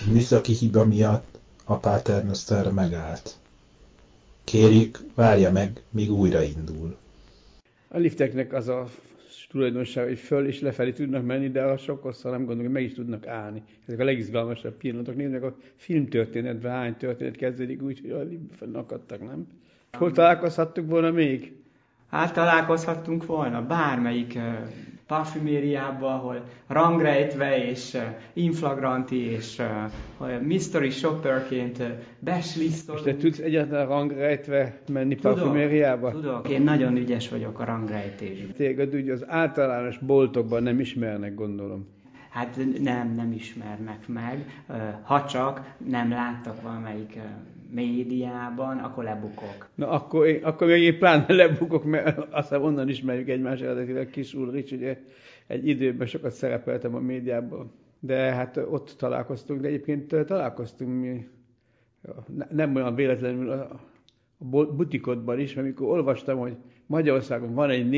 műszaki hiba miatt a Paternoster megállt. Kérjük, várja meg, míg újraindul. A lifteknek az a tulajdonság, hogy föl és lefelé tudnak menni, de a sok hosszal nem gondolom, hogy meg is tudnak állni. Ezek a legizgalmasabb pillanatok. Nézd meg a filmtörténetben, hány történet kezdődik úgy, hogy a liftben akadtak, nem? Hol találkozhattuk volna még? Hát találkozhattunk volna bármelyik parfümériában, ahol rangrejtve és inflagranti és mystery shopperként beslisztolunk. És te tudsz egyáltalán rangrejtve menni parfümériába? Tudok, én nagyon ügyes vagyok a rangrejtésben. Téged úgy az általános boltokban nem ismernek, gondolom. Hát nem ismernek meg, ha csak nem láttak valamelyik médiában, akkor lebukok. Na akkor még én pláne lebukok, mert aztán onnan ismerjük egymást eredetileg. Kis Ulrich, ugye egy időben sokat szerepeltem a médiában, de hát ott találkoztunk, de egyébként találkoztunk mi, nem olyan véletlenül a butikodban is, mert amikor olvastam, hogy Magyarországon van egy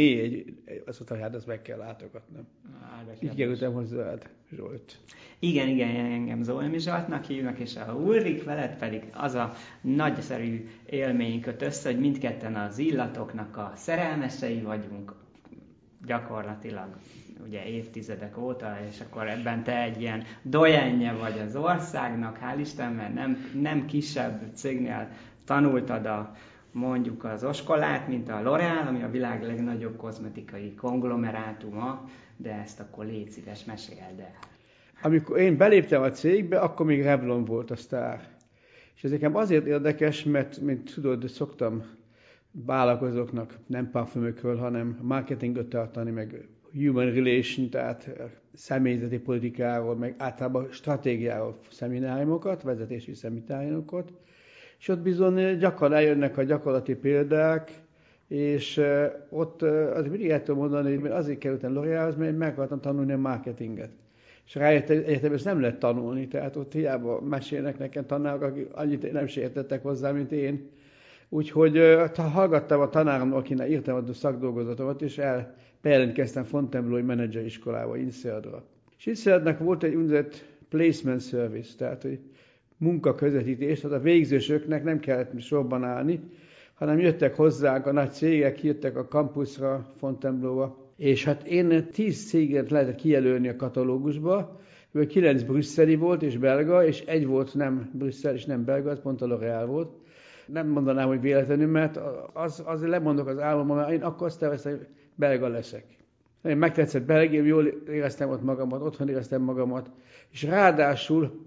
azt mondtam, hogy hát ezt meg kell látogatnom. Így kerültem hozzád, Zsolt. Igen, engem Zolmi Zsoltnak hívnak, és a Ulrik veled pedig az a nagyszerű élmény köt össze, hogy mindketten az illatoknak a szerelmesei vagyunk, gyakorlatilag ugye évtizedek óta, és akkor ebben te egy ilyen dojenje vagy az országnak, hál' Isten, mert nem kisebb cégnél tanultad mondjuk az oskolát, mint a L'Oréal, ami a világ legnagyobb kozmetikai konglomerátuma, de ezt akkor légy szíves, meséld el. Amikor én beléptem a cégbe, akkor még Revlon volt a sztár. És ez nekem azért érdekes, mert, mint tudod, szoktam vállalkozóknak nem parfümökről, hanem marketingot tartani, meg human relation, tehát személyzeti politikáról, meg általában stratégiáról szemináriumokat, vezetési szemináriumokat. És ott bizony gyakran eljönnek a gyakorlati példák, és ott azért mindig el tudom mondani, hogy azért kerültem L'Oréalhoz, mert meg akartam tanulni a marketinget. És rájöttem, hogy egyetemben ezt nem lehet tanulni, tehát ott hiába mesélnek nekem tanárok, akik annyit nem sértettek hozzá, mint én. Úgyhogy hallgattam a tanárom, akinek írtam a szakdolgozatomat, és bejelentkeztem Fontainebleau-i menedzseriskolába, INSEAD-ra. És INSEAD-nak volt egy úgynevezett placement service, tehát hogy munkaközvetítés, tehát a végzősöknek nem kellett sorban állni, hanem jöttek hozzánk a nagy cégek, jöttek a campusra, Fontainebleau-ba, és hát én 10 céget lehetett kijelölni a katalógusba, 9 brüsszeli volt és belga, és egy volt nem Brüsszel és nem belga, az pont a L'Oréal volt. Nem mondanám, hogy véletlenül, mert az lemondok az álmomban, mert én akkor azt terveztem, hogy belga leszek. Én megtetszett Belgium, jól éreztem ott magamat, otthon éreztem magamat, és ráadásul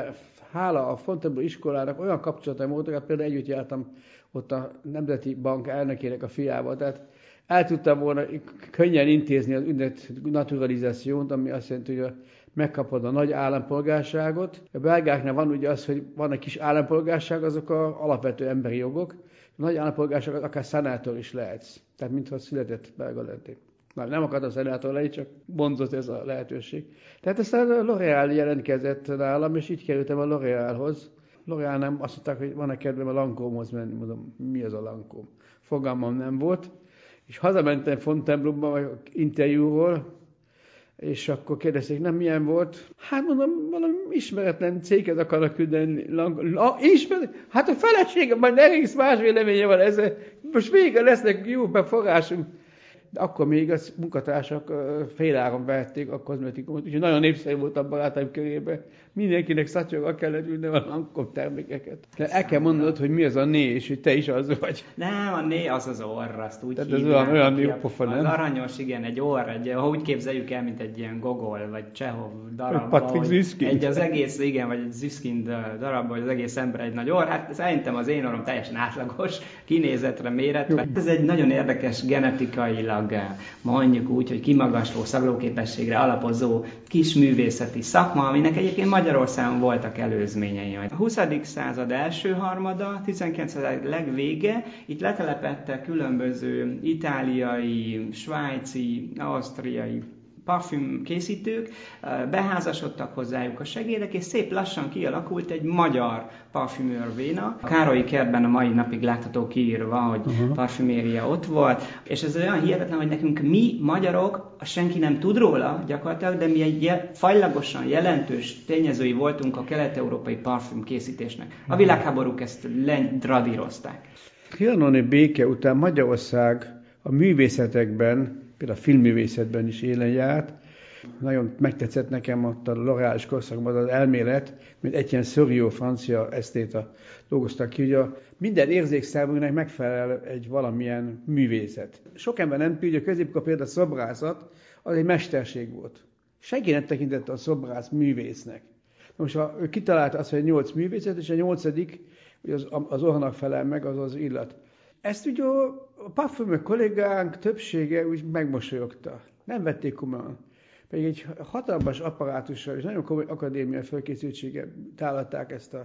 hála a Fontainebleau iskolának olyan kapcsolataim voltak, hát például együtt jártam ott a Nemzeti Bank elnökének a fiával, tehát el tudtam volna könnyen intézni az ügynet naturalizációt, ami azt jelenti, hogy megkapod a nagy állampolgárságot. A belgáknál van ugye az, hogy van egy kis állampolgárság, azok az alapvető emberi jogok. A nagy állampolgárság akár szenátor is lehetsz, tehát mintha született belga lennék. Nem akartam szenátor lenni, csak bonzott ez a lehetőség. Tehát aztán a L'Oréal jelentkezett nálam, és így kerültem a L'Oréalhoz. L'Oréal nem azt mondták, hogy van-e kedvem a Lancomehoz menni. Mondom, mi az a Lancôme? Fogalmam nem volt. És hazamentem Fontainebleau-ba, vagy interjúról, és akkor kérdezték, nem milyen volt? Hát mondom, valami ismeretlen céghez akarnak küldeni. Hát a feleségem majd egész más véleménye van ezzel. Most vége lesznek jó befogásunk. De akkor még a munkatársak féláron vehették a kozmetikumot, úgyhogy nagyon népszerű volt a barátaim körében. Mindenkinek szatyorgal kellett ülni a Lancôme termékeket. De el kell mondanod, hogy mi az a né, és hogy te is az vagy. Nem, a né az az orr, azt úgy tehát hívják. Ez olyan jó pofa, nem? Az aranyos, igen, egy orr, ha úgy képzeljük el, mint egy ilyen Gogol, vagy Csehov darab. Patrick Züskind. Az egész, igen, vagy egy Züskind darab, vagy az egész ember egy nagy orr. Hát szerintem az én orrom teljesen átlagos, kinézetre, méretre. Ez egy nagyon érdekes genetikailag, mondjuk úgy, hogy kimagasló szaglóképességre alapozó kis művészeti szakma, aminek egyébként Magyarországon voltak előzményei. A 20. század első harmada, 19. század legvége, itt letelepedtek különböző itáliai, svájci, ausztriai parfümkészítők, beházasodtak hozzájuk a segédek, és szép lassan kialakult egy magyar parfümőrvéna. A Károlyi kertben a mai napig látható kiírva, hogy parfüméria ott volt, és ez olyan hihetetlen, hogy nekünk mi magyarok, senki nem tud róla gyakorlatilag, de mi egy fajlagosan jelentős tényezői voltunk a kelet-európai parfümkészítésnek. A világháborúk ezt ledradírozták. Trianoni béke után Magyarország a művészetekben, például a filmművészetben is élen járt. Nagyon megtetszett nekem ott a loreális korszakban az elmélet, mint Etienne Soriot, francia esztéta dolgoztak ki, hogy minden érzékszervünknek megfelel egy valamilyen művészet. Sok ember nem tudja, hogy a középkor például a szobrászat az egy mesterség volt. Senki nem tekintette a szobrász művésznek. Most ő kitalálta azt, hogy 8 művészet, és a 8. az orrnak felel meg, az az illat. Ezt ugye a parfümök kollégánk többsége úgy megmosolyogta. Nem vették komolyan. Pedig egy hatalmas apparátussal és nagyon komoly akadémiai felkészültséggel tálalták ezt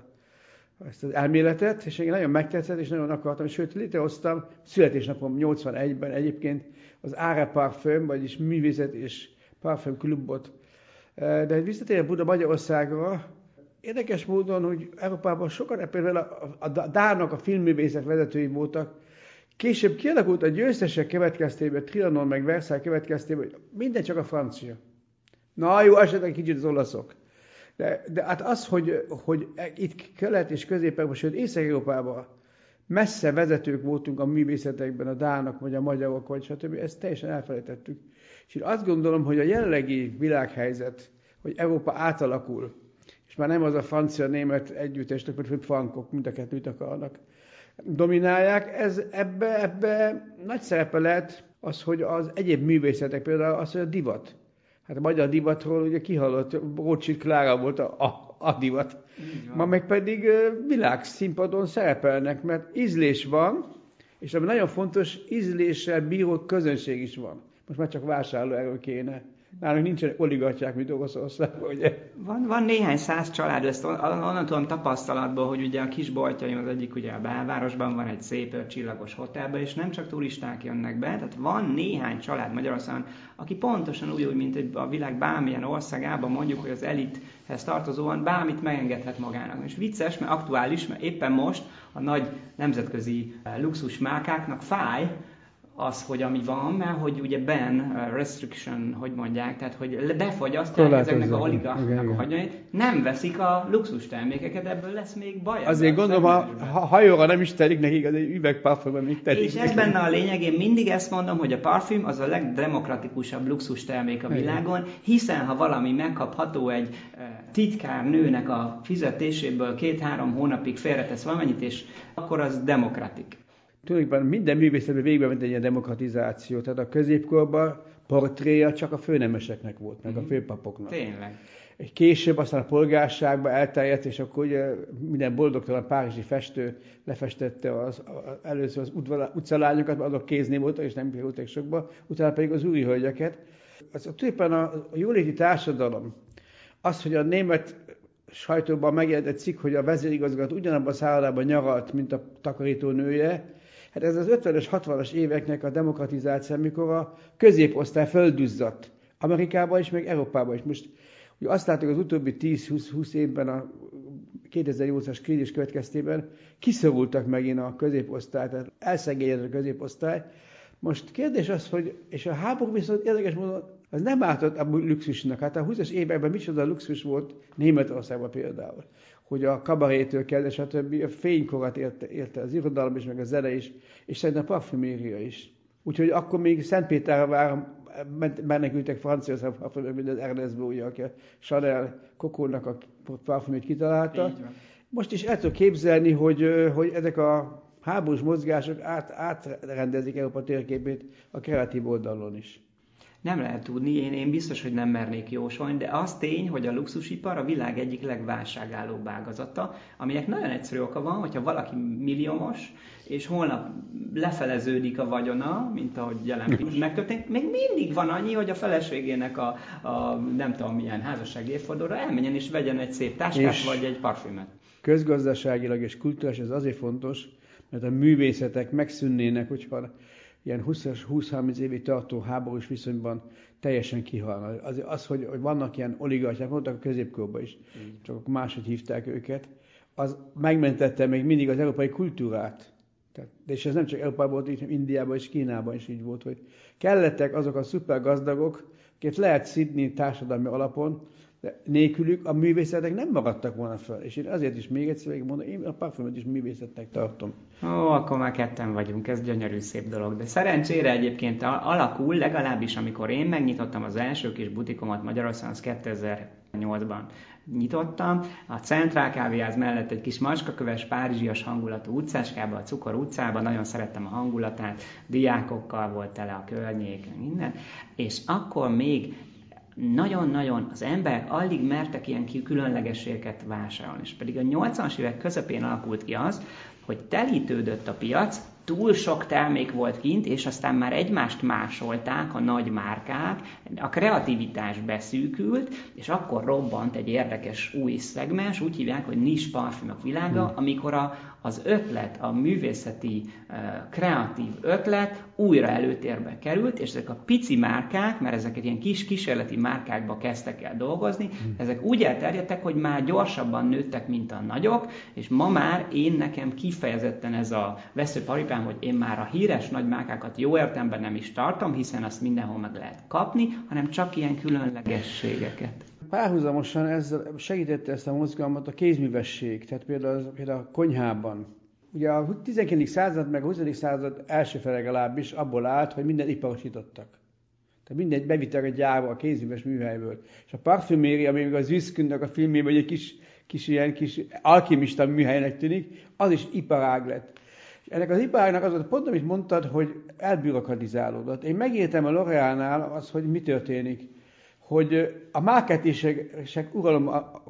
az elméletet, és én nagyon megtetszett, és nagyon akartam, sőt létrehoztam születésnapom 81-ben egyébként az Ára Parfüm, vagyis művészet és parfüm klubot. De visszatérve Magyarországra, érdekes módon, hogy Európában sokan, például a Dánok a filmművészet vezetői voltak, később kialakult a győztesek következtében, Trianon meg Versailles következtében, hogy minden csak a francia. Na jó, esetleg kicsit az olaszok. De hát az, hogy itt Kelet- és Közép-Európában, sőt Észak-Európában messze vezetők voltunk a művészetekben, a dánok, vagy a magyarok, vagy stb., ezt teljesen elfelejtettük. És én azt gondolom, hogy a jelenlegi világhelyzet, hogy Európa átalakul, és már nem az a francia-német együttesnek, vagy frankok, mind a kettőt akarnak, dominálják, ebbe nagy szerepe lehet az, hogy az egyéb művészetek, például az, hogy a divat. Hát a magyar divatról ugye kihallott, Rothschild Klára volt a divat. Ma meg pedig világszínpadon szerepelnek, mert ízlés van, és ami nagyon fontos, ízléssel bíró közönség is van. Most már csak vásárlóerő kéne. Nálunk nincsenek oligarchák, mint Oroszországban, ugye? Van néhány száz család, ezt onnan tudom tapasztalatból, hogy ugye a kisboltjaim az egyik ugye a belvárosban van egy szép csillagos hotelben, és nem csak turisták jönnek be, tehát van néhány család Magyarországon, aki pontosan úgy, mint a világ bármilyen országában mondjuk, hogy az elithez tartozóan bármit megengedhet magának. És vicces, mert aktuális, mert éppen most a nagy nemzetközi luxusmárkáknak fáj, az, hogy ami van, mert hogy ugye restriction, hogy mondják, tehát hogy befogyasztják ezeknek a oligarchnak a hagyományait, nem veszik a luxus termékeket, ebből lesz még baj. Azért gondolom, ha hajóra nem is telik nekik, az egy üvegparfümben még telik. És ez benne a lényeg, én mindig ezt mondom, hogy a parfüm az a legdemokratikusabb luxus termék a világon, hiszen ha valami megkapható egy titkár nőnek a fizetéséből 2-3 hónapig félretesz valamennyit, és akkor az demokratik. Tulajdonképpen minden művészetben végbe ment egy ilyen demokratizáció. Tehát a középkorban portréja csak a főnemeseknek volt, meg a főpapoknak. Tényleg. És később aztán a polgárságba elterjedt, és akkor ugye minden boldogtalan párizsi festő lefestette először az utcalányokat, mert azok kéznél voltak, és nem kerültek sokba, utána pedig az úri hölgyeket. Tulajdonképpen a jóléti társadalom, az, hogy a német sajtóban megjelent egy cikk, hogy a vezérigazgató ugyanabban a szállodában nyaralt, mint a takarítónője. Hát ez az 50-es, 60-as éveknek a demokratizáció, amikor a középosztály földuzzadt. Amerikában is, meg Európában is. Most ugye azt látjuk az utóbbi 10-20 évben a 2008-as krízis következtében kiszorultak megint a középosztály, tehát elszegényedett a középosztály. Most kérdés az, hogy, és a háború viszont érdekes módon, az nem ártott a luxusnak. Hát a 20-as években micsoda luxus volt Németországban például. Hogy a kabarétől kezdve, stb. A fénykorat érte az irodalom is, meg a zene is, és szerintem a parfüméria is. Úgyhogy akkor még Szentpétervár menekültek Franciaország parfümök, mint az Ernest Beau, aki a Chanel Coco-nak a parfümét kitalálta. Most is el tudom képzelni, hogy ezek a háborús mozgások átrendezik Európa térképét a kreatív oldalon is. Nem lehet tudni, én biztos, hogy nem mernék jósolni, de az tény, hogy a luxusipar a világ egyik legválságállóbb ágazata, aminek nagyon egyszerű oka van, hogyha valaki milliómos, és holnap lefeleződik a vagyona, mint ahogy jelen pillanatban megtörténik, még mindig van annyi, hogy a feleségének a nem tudom milyen házassági évfordulóra elmenjen és vegyen egy szép táskát, és vagy egy parfümöt. Közgazdaságilag és kulturális ez azért fontos, mert a művészetek megszűnnének, hogyha ilyen 20-30 évig tartó háborús viszonyban teljesen kihalna. Az hogy vannak ilyen oligarchák, voltak a középkorban is, csak máshogy hívták őket, az megmentette még mindig az európai kultúrát. És ez nem csak Európában volt, hanem Indiában és Kínában is így volt, hogy kellettek azok a szuper gazdagok, akiket lehet szidni társadalmi alapon, de nélkülük a művészetek nem maradtak volna fel. És én azért is még egyszer mondom, én a parfümöt is művészetnek tartom. Ó, akkor már ketten vagyunk, ez gyönyörű szép dolog. De szerencsére egyébként alakul, legalábbis amikor én megnyitottam az első kis butikomat Magyarországon, az 2008-ban nyitottam. A Centrál kávéház mellett egy kis macskaköves, párizsias hangulatú utcáskában, a Cukor utcában, nagyon szerettem a hangulatát, diákokkal volt tele a környék, minden. És akkor még nagyon-nagyon az emberek alig mertek ilyen különlegességeket vásárolni. És pedig a 80-as évek közepén alakult ki az, hogy telítődött a piac, túl sok termék volt kint, és aztán már egymást másolták a nagy márkák, a kreativitás beszűkült, és akkor robbant egy érdekes új szegmens, úgy hívják, hogy niche parfümök világa, amikor az ötlet, a művészeti, kreatív ötlet újra előtérbe került, és ezek a pici márkák, mert ezek egy ilyen kis kísérleti márkákba kezdtek el dolgozni, ezek úgy elterjedtek, hogy már gyorsabban nőttek, mint a nagyok, és ma már nekem kifejezetten ez a veszőparipám, hogy én már a híres nagy márkákat jó értelemben nem is tartom, hiszen azt mindenhol meg lehet kapni, hanem csak ilyen különlegességeket. Párhuzamosan ezzel segítette ezt a mozgalmat a kézművesség, tehát például a konyhában. Ugye a 19. század meg a 20. század első fele legalábbis abból állt, hogy mindent iparosítottak. Tehát mindent bevittek a gyárba, a kézműves műhelyből. És a parfüméria, ami még az Züskündnek a filmében egy kis alkimista műhelynek tűnik, az is iparág lett. És ennek az iparágnak az volt pont, amit mondtad, hogy elbürokratizálódott. Én megértem a L'Oréalnál az, hogy mi történik. Hogy a marketingek uralom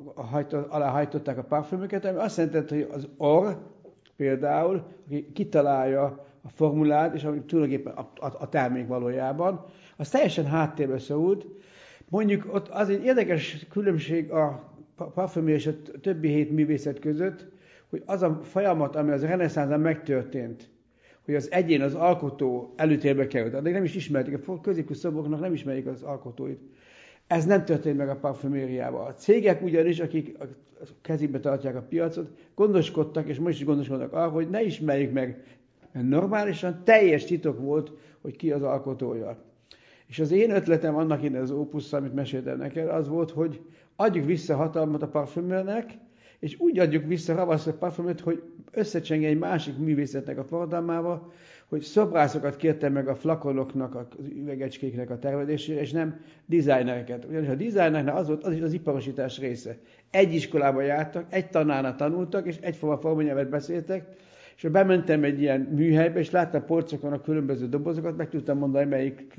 alá hajtották a parfümöket, ami azt jelenti, hogy az orr például, aki kitalálja a formulát, és ami tulajdonképpen a termék valójában, az teljesen háttérbe szorult. Mondjuk ott az egy érdekes különbség a parfümé és a többi hét művészet között, hogy az a folyamat, ami az reneszánszban megtörtént, hogy az egyén, az alkotó előtérbe került. Addig nem is ismerték, a középkori szoboknak nem ismerik az alkotóit. Ez nem történt meg a parfümériában. A cégek ugyanis, akik a kezükbe tartják a piacot, gondoskodtak, és most is gondoskodnak arra, hogy ne ismerjük meg. Mert normálisan teljes titok volt, hogy ki az alkotója. És az én ötletem annak innen az Opus, amit meséltem neked, az volt, hogy adjuk vissza hatalmat a parfümőrnek, és úgy adjuk vissza ravaszra a parfümöt, hogy összecsengje egy másik művészetnek a forradalmával, hogy szobrászokat kérte meg a flakonoknak, az üvegecskéknek a tervezésére, és nem dizájnereket. Ugyanis a dizájnernek az volt, az is az iparosítás része. Egy iskolába jártak, egy tanárnál tanultak, és egyforma formanyelvet beszéltek, és bementem egy ilyen műhelybe, és láttam polcokon a különböző dobozokat, meg tudtam mondani, melyik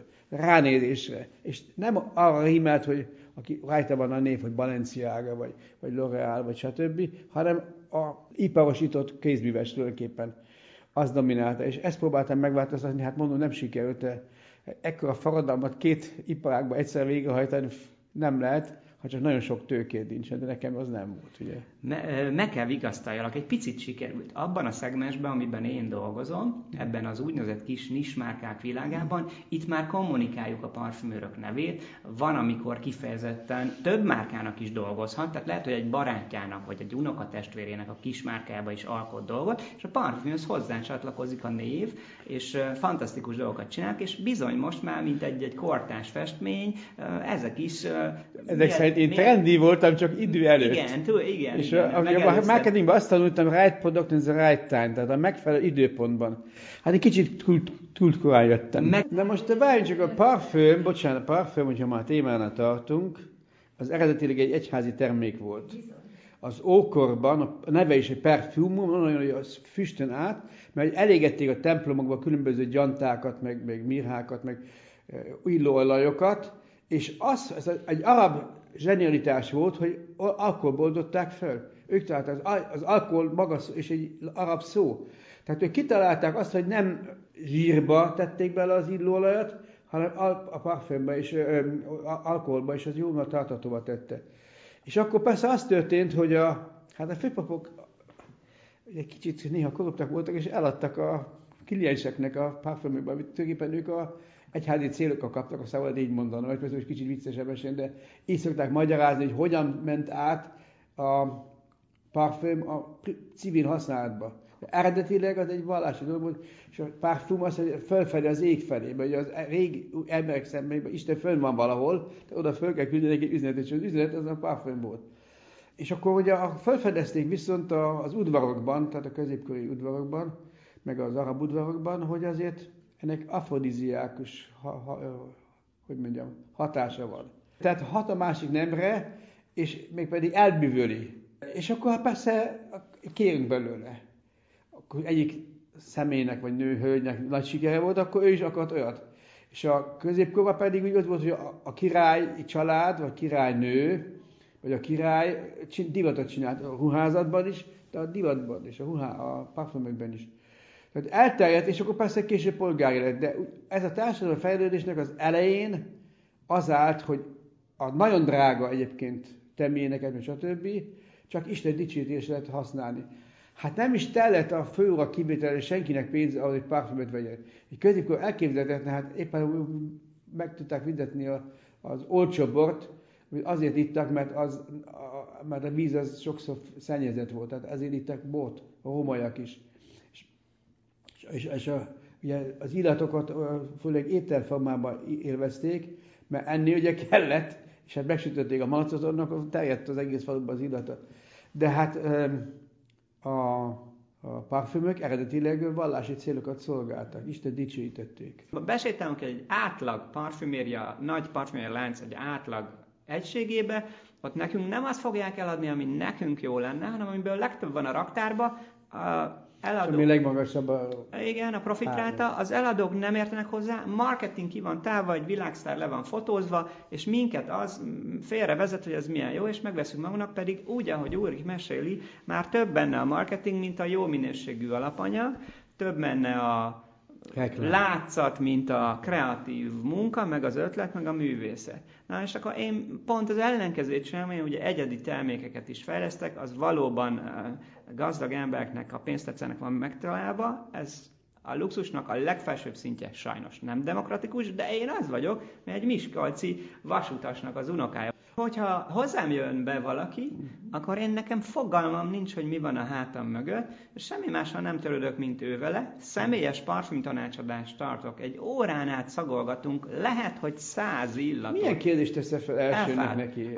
ránézésre. És nem arra rímelt, hogy aki rajta van a név, hogy Balenciaga, vagy L'Oréal, vagy stb., hanem a iparosított kézműves tulajdonképpen az dominálta. És ezt próbáltam megváltoztatni, hát mondom, nem sikerült. Ekkora forradalmat két iparágba egyszer végrehajtani nem lehet, ha csak nagyon sok tőkéd nincsen, de nekem az nem volt, ugye. Meg kell vigasztaljalak, egy picit sikerült. Abban a szegmensben, amiben én dolgozom, ebben az úgynevezett kis nismárkák világában, itt már kommunikáljuk a parfümőrök nevét, van, amikor kifejezetten több márkának is dolgozhat, tehát lehet, hogy egy barátjának, vagy egy unokatestvérének a kismárkájába is alkot dolgot, és a parfümhöz hozzá csatlakozik a név, és fantasztikus dolgokat csinálnak, és bizony most már, mint egy kortárs festmény, ezek is... Ezek szerint én trendi voltam, csak idő előtt. Igen. És a marketingben azt tanultam, right product in the right time, tehát a megfelelő időpontban. Hát egy kicsit túl korán jöttem. De most várjunk csak a parfüm, hogyha már a témánál tartunk, az eredetileg egy egyházi termék volt. Az ókorban a neve is egy perfumum, nagyon, hogy az füstön át, mert elégették a templomokba különböző gyantákat, meg mirhákat, meg illóolajokat, és ez egy arab zsenialitás volt, hogy alkoholból oldották fel. Ők találták az alkohol maga és egy arab szó. Tehát ők kitalálták azt, hogy nem zsírba tették bele az illóolajat, hanem a parfümbe és alkoholba, és az jól tartatóba tette. És akkor persze az történt, hogy a főpapok egy kicsit néha korruptak voltak, és eladtak a klienseknek a parfümökben, amit tulajdonképpen ők a egyházi célokkal kaptak, azt szabad így mondanom, vagy persze, hogy kicsit viccesebben, de így szokták magyarázni, hogy hogyan ment át a parfüm a civil használatba. Eredetileg az egy vallási dolog volt, és a parfüm az, hogy fölfelé az ég felé, mert az régi emberek szemében Isten fönn van valahol, oda föl kell küldeni egy üzenetet, és az üzenet az a parfüm volt. És akkor ugye felfedezték viszont az udvarokban, tehát a középkori udvarokban, meg az arab udvarokban, hogy azért ennek afrodiziákus, hatása van. Tehát hat a másik nemre, és mégpedig elbűvöli. És akkor persze kérünk belőle. Akkor egyik személynek, vagy hölgynek nagy sikere volt, akkor ő is akart olyat. És a középkorban pedig úgy volt, hogy a királyi család, vagy királynő, vagy a király divatot csinált a ruházatban is, de a divatban is, a parfümökben is. Tehát elterjedt, és akkor persze később polgári lett, de ez a társadalmi fejlődésnek az elején az állt, hogy a nagyon drága egyébként temjéneket, stb. Csak Isten dicsőítésre lehet használni. Hát nem is tellett a főurak kivételre senkinek pénze, ahol egy parfümöt vegyen. Egy középkor elképzelhetetlen, hát éppen meg tudták fizetni az olcsó bort, azért ittak, mert a víz az sokszor szennyezett volt, tehát ezért ittak bort, a rómaiak is. És ugye az illatokat főleg ételformában élvezték, mert enni ugye kellett, és hát megsütötték a malacot, annak terjedt az egész faluban az illata. De hát a parfümök eredetileg vallási célokat szolgáltak, Isten dicsőítették. Besétálunk egy átlag parfümérja, nagy parfümérja lánc egy átlag egységébe, ott nekünk nem azt fogják eladni, ami nekünk jó lenne, hanem amiből legtöbb van a raktárba, eladók, ami legmagasabb igen, a profitráta, az eladók nem értenek hozzá, marketing ki van távol, egy világsztár le van fotózva, és minket az félre vezet, hogy ez milyen jó, és megveszünk magunknak, pedig úgy, ahogy Ulrich meséli, már több benne a marketing, mint a jó minőségű alapanyag, több benne a látszat, mint a kreatív munka, meg az ötlet, meg a művészet. Na és akkor én pont az ellenkezőt csinálom, én ugye egyedi termékeket is fejlesztek, az valóban gazdag embereknek, a pénztetszenek van megtalálva, ez a luxusnak a legfelsőbb szintje sajnos nem demokratikus, de én az vagyok, mert egy miskolci vasutasnak az unokája. Hogyha hozzám jön be valaki, akkor én nekem fogalmam nincs, hogy mi van a hátam mögött, és semmi mással nem törődök, mint ő vele. Személyes parfümtanácsadást tartok, egy órán át szagolgatunk, lehet, hogy 100 illatot. Milyen kérdést teszel fel elsőnek neki?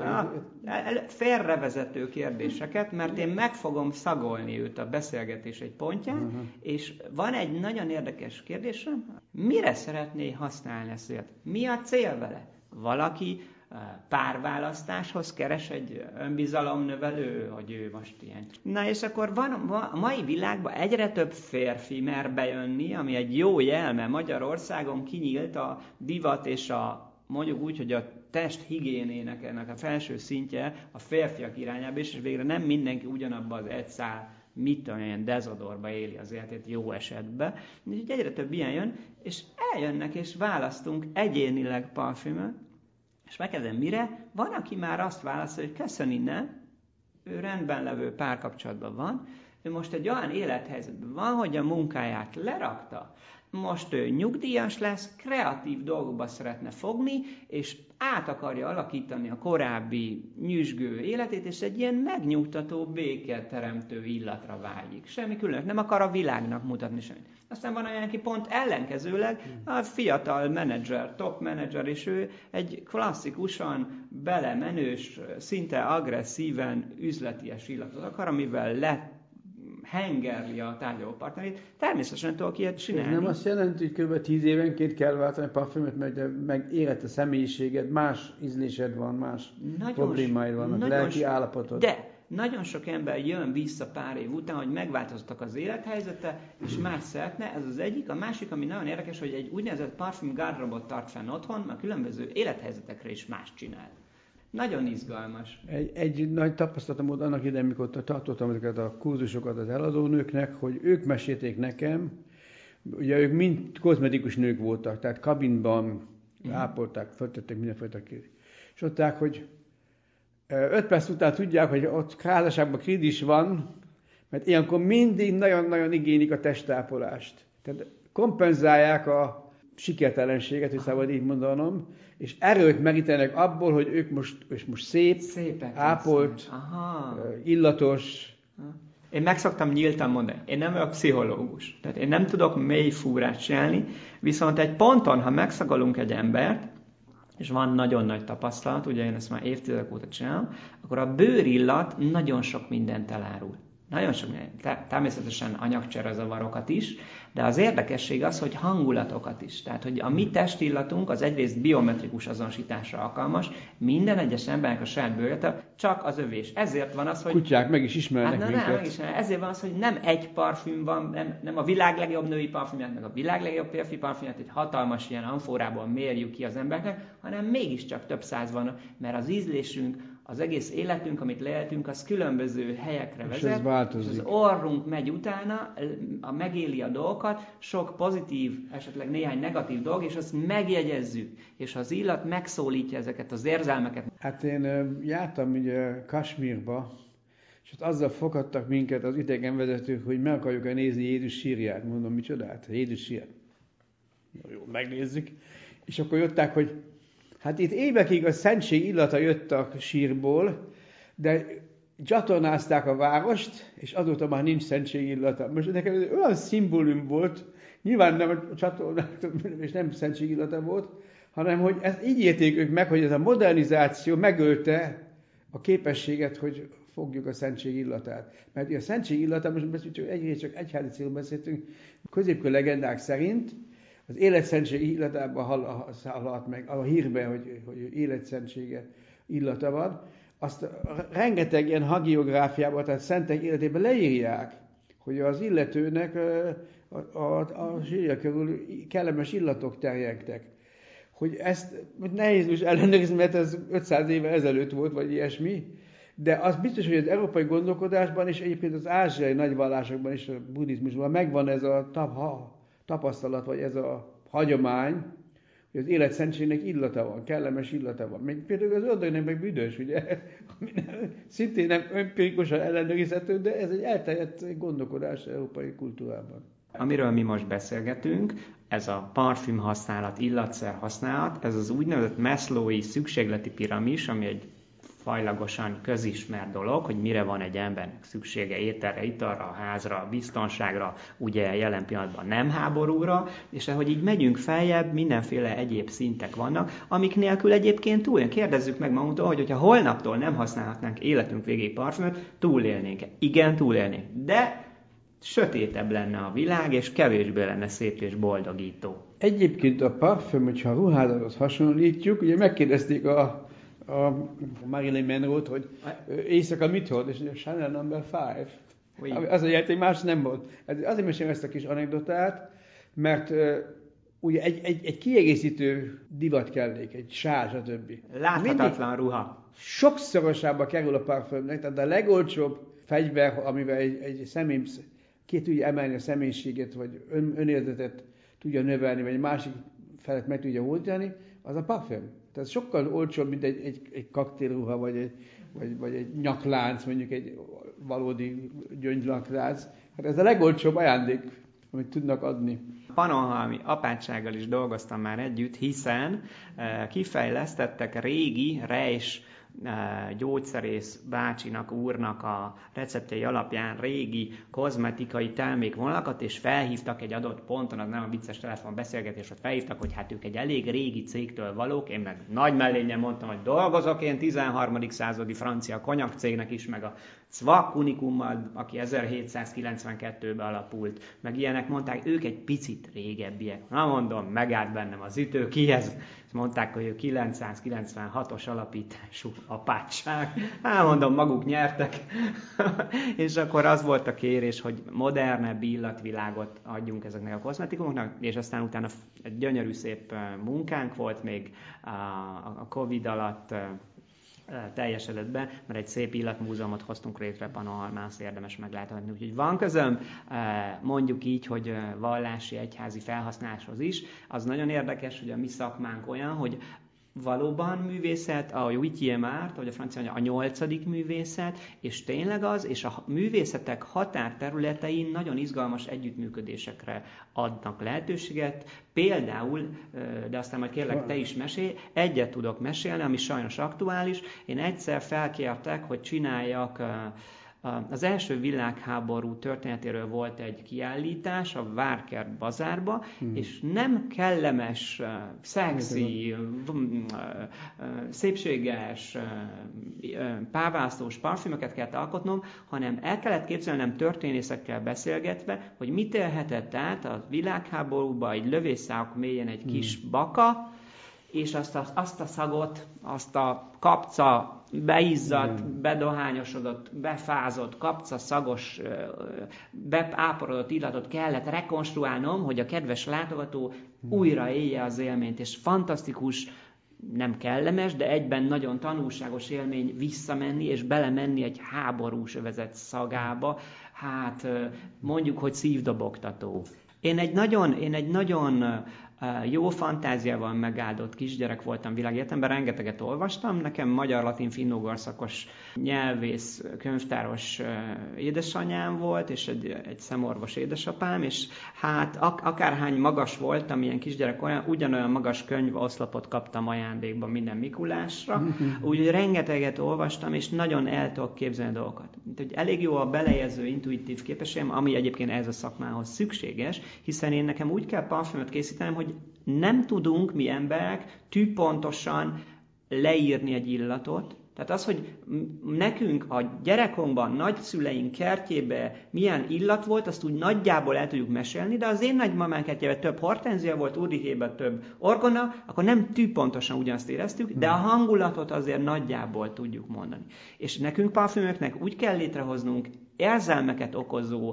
Félrevezető kérdéseket, mert én meg fogom szagolni őt a beszélgetés egy pontján, és van egy nagyon érdekes kérdésem, mire szeretné használni ezt? Mi a cél vele? Valaki párválasztáshoz keres egy önbizalomnövelő, hogy ő most ilyen. Na és akkor van a mai világban egyre több férfi mer bejönni, ami egy jó jel, mert Magyarországon kinyílt a divat és a mondjuk úgy, hogy a testhigiénének ennek a felső szintje a férfiak irányába, és végre nem mindenki ugyanabban az egy szál olyan dezodorba éli az életét jó esetben. Úgyhogy egyre több ilyen jön, és eljönnek és választunk egyénileg parfümöt, és megkérdezem, mire? Van, aki már azt válaszol, hogy köszöni, nem? Ő rendben levő párkapcsolatban van, ő most egy olyan élethelyzetben van, hogy a munkáját lerakta, most ő nyugdíjas lesz, kreatív dolgokba szeretne fogni, és át akarja alakítani a korábbi nyüzsgő életét, és egy ilyen megnyugtató, béketeremtő illatra vágyik. Semmi különös, nem akar a világnak mutatni semmit. Aztán van olyan, aki pont ellenkezőleg a fiatal menedzser, top menedzser, és ő egy klasszikusan belemenős, szinte agresszíven üzleties illatot akar, amivel hengerli a tárgyalópartnerét, természetesen tudok ilyet csinálni. Ez nem azt jelenti, hogy kb. 10 évenként kell váltani a parfümöt, mert megérett a személyiséged, más ízlésed van, más problémáid vannak, lelki állapotod. De nagyon sok ember jön vissza pár év után, hogy megváltoztak az élethelyzete, és más szeretne, ez az egyik. A másik, ami nagyon érdekes, hogy egy úgynevezett parfüm gardrobot tart fenn otthon, mert különböző élethelyzetekre is más csinál. Nagyon izgalmas. Egy nagy tapasztalatom volt annak idején, amikor tartottam ezeket a kurzusokat az eladónőknek, hogy ők mesélték nekem, ugye ők mind kozmetikus nők voltak, tehát kabinban ápolták, föltettek mindenfajta kérdést. És mondták, hogy 5 perc után tudják, hogy ott házasságban krízis van, mert ilyenkor mindig nagyon-nagyon igénylik a testápolást. Tehát kompenzálják a sikertelenséget, hogy szabad így mondanom, és erőt merítenek abból, hogy ők most szépek ápolt, illatos. Én meg szoktam nyíltan mondani, én nem vagyok pszichológus, tehát én nem tudok mély fúrát csinálni, viszont egy ponton, ha megszagolunk egy embert, és van nagyon nagy tapasztalat, ugye én ezt már évtizedek óta csinálom, akkor a bőrillat nagyon sok mindent elárul. Nagyon sok minden. Természetesen anyagcserezavarokat is, de az érdekesség az, hogy hangulatokat is. Tehát, hogy a mi testillatunk az egyrészt biometrikus azonosításra alkalmas, minden egyes embernek a saját bőrillata csak az övés. Ezért van az, hogy... Kutyák meg is ismernek minket. Ezért van az, hogy nem egy parfüm van, nem a világ legjobb női parfümját, meg a világ legjobb férfi parfümját, egy hatalmas ilyen amforából mérjük ki az embereknek, hanem mégiscsak több száz van, mert az ízlésünk, az egész életünk, amit leéltünk, az különböző helyekre vezet, és az orrunk megy utána, megéli a dolgokat, sok pozitív, esetleg néhány negatív dolog, és azt megjegyezzük, és az illat megszólítja ezeket az érzelmeket. Hát én jártam ugye Kasmírba, és ott azzal fogadtak minket az idegenvezetők, hogy meg akarjuk nézni Jézus sírját. Mondom, micsodát? Jézus sírját. Jó, megnézzük. És akkor jöttek, hogy hát itt évekig a szentség illata jött a sírból, de csatornázták a várost, és azóta már nincs szentség illata. Most nekem ez olyan szimbólum volt, nyilván nem csatornáztak, és nem szentség illata volt, hanem hogy ezt így érték ők meg, hogy ez a modernizáció megölte a képességet, hogy fogjuk a szentség illatát. Mert a szentség illata, most egyrészt csak egyházi célban beszéltünk, középkori legendák szerint, az életszentség illatában hallhat meg, a hírben, hogy életszentsége illata van, azt rengeteg ilyen hagiográfiában, tehát szentek életében leírják, hogy az illetőnek a sírja körül kellemes illatok terjengtek. Hogy ezt nehéz most ellenőrizni, mert ez 500 éve ezelőtt volt, vagy ilyesmi, de az biztos, hogy az európai gondolkodásban és egyébként az ázsiai nagyvallásokban és a buddhizmusban megvan ez a tapasztalat, vagy ez a hagyomány, hogy az életszentségnek illata van, kellemes illata van. Még például az ördögnek meg büdös, ugye, ami szintén nem empirikusan ellenőrizhető, de ez egy elterjedt gondolkodás európai kultúrában. Amiről mi most beszélgetünk, ez a parfüm használat, illatszer használat, ez az úgynevezett Maslow-i szükségleti piramis, ami egy fajlagosan közismert dolog, hogy mire van egy embernek szüksége, ételre, italra, házra, biztonságra, ugye jelen pillanatban nem háborúra, és ahogy így megyünk feljebb, mindenféle egyéb szintek vannak, amik nélkül egyébként kérdezzük meg magunktól, hogyha holnaptól nem használhatnánk életünk végéig parfümöt, túlélnénk-e? Igen, túlélnénk. De sötétebb lenne a világ, és kevésbé lenne szép és boldogító. Egyébként a parfüm, hogyha a ruházatot hasonlítjuk, ugye megkérdezték a Marilyn Monroe-t, hogy éjszaka mit hord, és a Chanel No. 5. Az a játék más nem volt. Azért mesélem ezt a kis anekdotát, mert ugye egy kiegészítő divat kellék, egy sál, stb. Láthatatlan ruha. Sokszorosába kerül a parfümnek, tehát a legolcsóbb fegyver, amivel egy személy ki tudja emelni a személyiséget, vagy önérzetet tudja növelni, vagy egy másik felet meg tudja oldani, az a parfüm. Tehát sokkal olcsóbb, mint egy kaktélruha, vagy egy nyaklánc, mondjuk egy valódi gyöngynyaklánc. Hát ez a legolcsóbb ajándék, amit tudnak adni. Pannonhalmi apátsággal is dolgoztam már együtt, hiszen kifejlesztettek régi rejs gyógyszerész bácsinak, úrnak a receptjei alapján régi kozmetikai termékvonalakat, és felhívtak egy adott ponton, az nem a vicces telefonbeszélgetés, ott felhívtak, hogy hát ők egy elég régi cégtől valók, én meg nagy mellényen mondtam, hogy dolgozok én 13. századi francia konyak cégnek is, meg a Cvak Unikummal, aki 1792-ben alapult, meg ilyenek mondták, ők egy picit régebbiek. Na mondom, megállt bennem az ütő, ki ez? Mondták, hogy ő 996-os alapítású apátság. Hát mondom, maguk nyertek. És akkor az volt a kérés, hogy modernebb illatvilágot adjunk ezeknek a kozmetikumoknak, és aztán utána egy gyönyörű szép munkánk volt még a Covid alatt, teljesedett be, mert egy szép illatmúzeumot hoztunk létre Pannonhalmán, azt érdemes meglátogatni. Úgyhogy van közöm, mondjuk így, hogy vallási, egyházi felhasználáshoz is. Az nagyon érdekes, hogy a mi szakmánk olyan, hogy valóban művészet, a huitième art, vagy a francia mondja, a 8. művészet, és tényleg az, és a művészetek határterületein nagyon izgalmas együttműködésekre adnak lehetőséget. Például, de aztán majd kérlek te is mesélj, egyet tudok mesélni, ami sajnos aktuális. Én egyszer felkértek, hogy csináljak. Az első világháború történetéről volt egy kiállítás a Várkert bazárba, és nem kellemes, szexi, szépséges, pávászlós parfümöket kellett alkotnom, hanem el kellett képzelnem történészekkel beszélgetve, hogy mit élhetett át a világháborúba egy lövészszálak mélyén egy kis baka, és azt a szagot, azt a kapca, beizzadt, bedohányosodott, befázott, kapca szagos, beáporodott illatot kellett rekonstruálnom, hogy a kedves látogató újra élje az élményt, és fantasztikus, nem kellemes, de egyben nagyon tanulságos élmény visszamenni, és belemenni egy háborús övezet szagába, hát mondjuk, hogy szívdobogtató. Én egy nagyon jó fantáziával megáldott kisgyerek voltam világegyetemben, rengeteget olvastam, nekem magyar-latin-finnugor szakos nyelvész, könyvtáros édesanyám volt, és egy szemorvos édesapám, és hát akárhány magas voltam, ilyen kisgyerek, ugyanolyan magas könyvoszlopot kaptam ajándékban minden Mikulásra, úgyhogy rengeteget olvastam, és nagyon el tudok képzelni dolgokat. Úgyhogy elég jó a belejelző intuitív képességem, ami egyébként ez a szakmához szükséges, hiszen én nekem úgy kell parfümöt készítenem, hogy nem tudunk mi emberek tűpontosan leírni egy illatot. Tehát az, hogy nekünk a gyerekkorunkban, nagyszüleink kertjébe milyen illat volt, azt úgy nagyjából el tudjuk mesélni, de az én nagymamám kertjében több hortenzia volt, Úrikében több orgona, akkor nem tűpontosan ugyanazt éreztük, de a hangulatot azért nagyjából tudjuk mondani. És nekünk parfümöknek úgy kell létrehoznunk érzelmeket okozó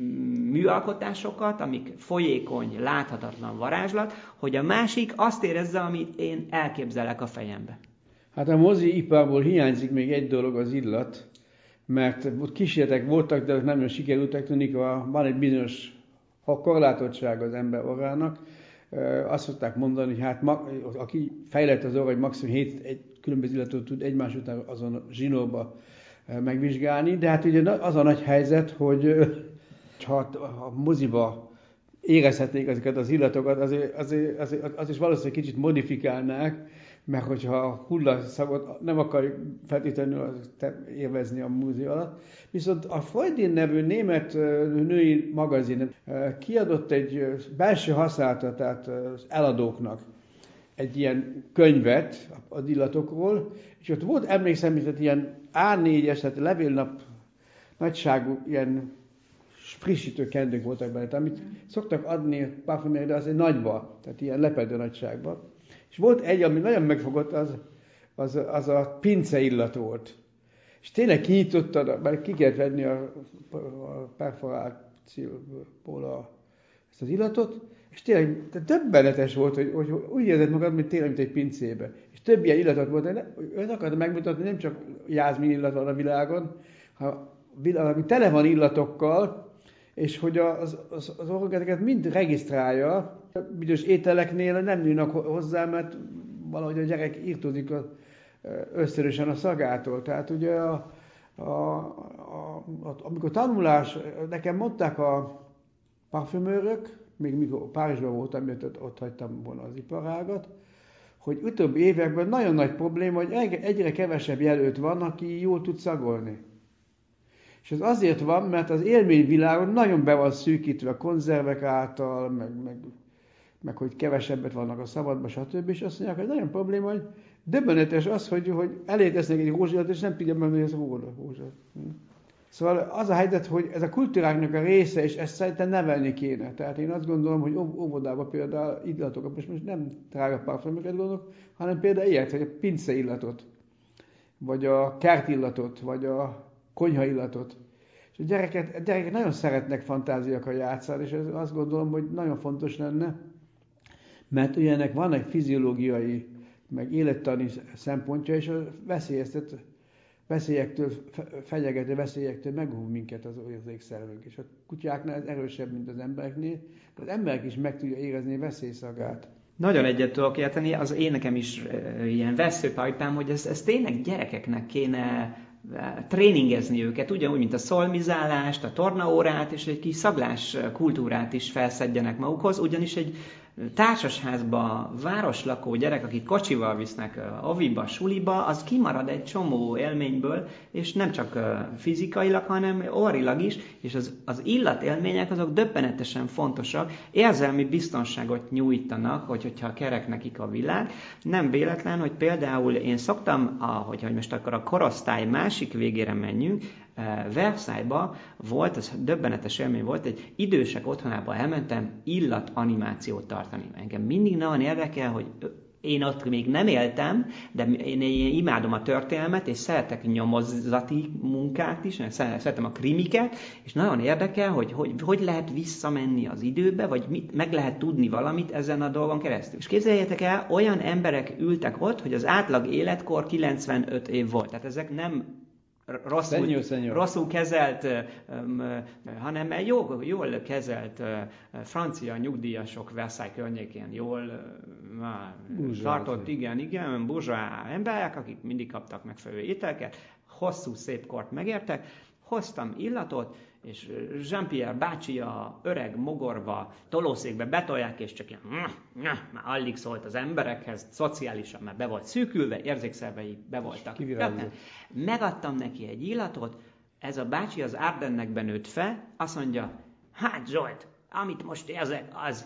műalkotásokat, amik folyékony, láthatatlan varázslat, hogy a másik azt érezze, amit én elképzelek a fejembe. Hát a moziiparból hiányzik még egy dolog, az illat, mert kísérletek voltak, de nem sikerültek, tűnik, van egy bizonyos korlátottság az ember orrának. Azt szokták mondani, hogy hát aki fejlett az orra, hogy maximum 7 egy különböző illatot tud egymás után azon a zsinórba megvizsgálni, de hát ugye az a nagy helyzet, hogy ha a moziba érezhetnék ezeket az illatokat, az is valószínűleg kicsit modifikálnák, mert hogyha a hullaszagot nem akarjuk feltétlenül élvezni a mozi alatt. Viszont a Freudin nevű német női magazin kiadott egy belső használata, tehát az eladóknak egy ilyen könyvet az illatokról, és ott volt, emlékszem, mint ilyen A4-es, tehát levélnap nagyságú ilyen frissítő kendők voltak benne, amit szoktak adni parfümérre, de az egy nagyba, tehát ilyen lepedő nagyságban. És volt egy, ami nagyon megfogott, az a pince illat volt. És tényleg kinyitottad, mert ki kellett venni a perforációból ezt az illatot, és tényleg döbbenetes volt, hogy úgy érzed magad, mint tényleg, mint egy pincébe. És több ilyen illatot volt, őt akartam megmutatni, nem csak jázmin illat van a világon, hanem tele van illatokkal, és hogy az orgáneket mind regisztrálja. Bizonyos ételeknél nem nyúlnak hozzá, mert valahogy a gyerek írtózik ösztönösen a szagától. Tehát ugye amikor tanulás, nekem mondták a parfümőrök, még mikor Párizsban voltam, ott hagytam volna az iparágat, hogy utóbbi években nagyon nagy probléma, hogy egyre kevesebb jelölt van, aki jól tud szagolni. És ez azért van, mert az élményvilágon nagyon be van szűkítve a konzervek által, meg hogy kevesebbet vannak a szabadban, stb. És azt mondják, hogy nagyon probléma, hogy döbbenetes az, hogy elé tesznek egy rózsát, és nem tudja meg, hogy ez rózsa. Szóval az a helyzet, hogy ez a kultúráknak a része, és ezt szerintem nevelni kéne. Tehát én azt gondolom, hogy óvodában például illatokat, most nem drága parfümöket gondolok, hanem például ilyet, hogy a pince illatot, vagy a kertillatot, vagy a konyha illatot. És a gyerekek nagyon szeretnek fantáziakkal játszani, és azt gondolom, hogy nagyon fontos lenne, mert ugye ennek van egy fiziológiai, meg élettani szempontja, és a veszélyektől, fenyegető veszélyektől megóv minket az érzékszervünk. És a kutyáknál ez erősebb, mint az embereknél, de az emberek is meg tudja érezni veszélyszagát. Nagyon egyet tudok érteni, az én nekem is ilyen vesszőpajpám, hogy ez tényleg gyerekeknek kéne tréningezni őket, ugyanúgy, mint a szolmizálást, a tornaórát, és egy kis szaglás kultúrát is felszedjenek magukhoz, ugyanis egy társasházba városlakó gyerek, akit kocsival visznek oviba, suliba, az kimarad egy csomó élményből, és nem csak fizikailag, hanem orrilag is, és az illatélmények azok döbbenetesen fontosak, érzelmi biztonságot nyújtanak, hogyha kerek nekik a világ. Nem véletlen, hogy például én szoktam, hogy most akkor a korosztály másik végére menjünk, Versailles-ba volt, ez döbbenetes élmény volt, egy idősek otthonába elmentem illatanimációt tartani. Engem mindig nagyon érdekel, hogy én ott még nem éltem, de én imádom a történelmet, és szeretek nyomozati munkát is, szeretem a krimiket, és nagyon érdekel, hogy lehet visszamenni az időbe, vagy meg lehet tudni valamit ezen a dolgon keresztül. És képzeljétek el, olyan emberek ültek ott, hogy az átlag életkor 95 év volt. Tehát ezek nem rosszul kezelt, hanem jól kezelt francia nyugdíjasok Versailles környékén, jól tartott, igen, burzsóá emberek, akik mindig kaptak megfelelő ételket, hosszú, szép kort megértek, hoztam illatot, és Jean-Pierre bácsi a öreg mogorva tolószékbe betolják, és csak ilyen már alig szólt az emberekhez, szociálisan már be volt szűkülve, érzékszervei be voltak. Megadtam neki egy illatot, ez a bácsi az Ardennekben nőtt fel, azt mondja, hát Zsolt, amit most érzek, az,